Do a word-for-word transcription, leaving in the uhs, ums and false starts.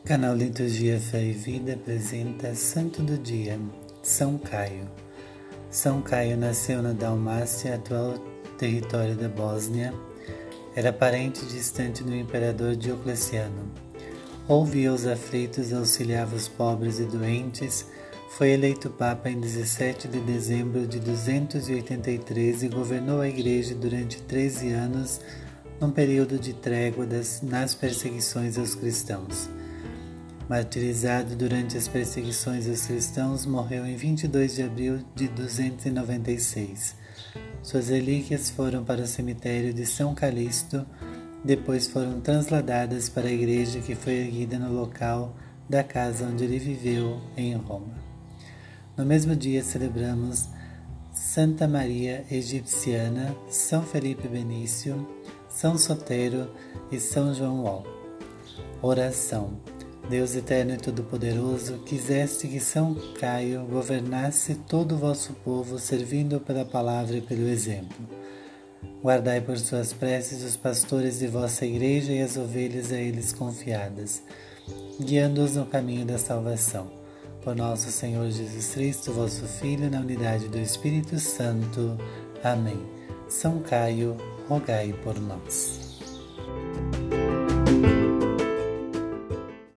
Canal Liturgia Fé e Vida apresenta Santo do Dia, São Caio. São Caio nasceu na Dalmácia, atual território da Bósnia. Era parente distante do imperador Diocleciano. Ouvia os aflitos, auxiliava os pobres e doentes. Foi eleito Papa em dezessete de dezembro de duzentos e oitenta e três e governou a Igreja durante treze anos, num período de trégua das, nas perseguições aos cristãos. Martirizado durante as perseguições aos cristãos, morreu em vinte e dois de abril de duzentos e noventa e seis. Suas relíquias foram para o cemitério de São Calixto, depois foram transladadas para a igreja que foi erguida no local da casa onde ele viveu, em Roma. No mesmo dia celebramos Santa Maria Egipciana, São Felipe Benício, São Sotero e São João Ó. Oração. Deus eterno e todo-poderoso, quiseste que São Caio governasse todo o vosso povo, servindo pela palavra e pelo exemplo. Guardai por suas preces os pastores de vossa igreja e as ovelhas a eles confiadas, guiando-os no caminho da salvação. Por nosso Senhor Jesus Cristo, vosso Filho, na unidade do Espírito Santo. Amém. São Caio, rogai por nós.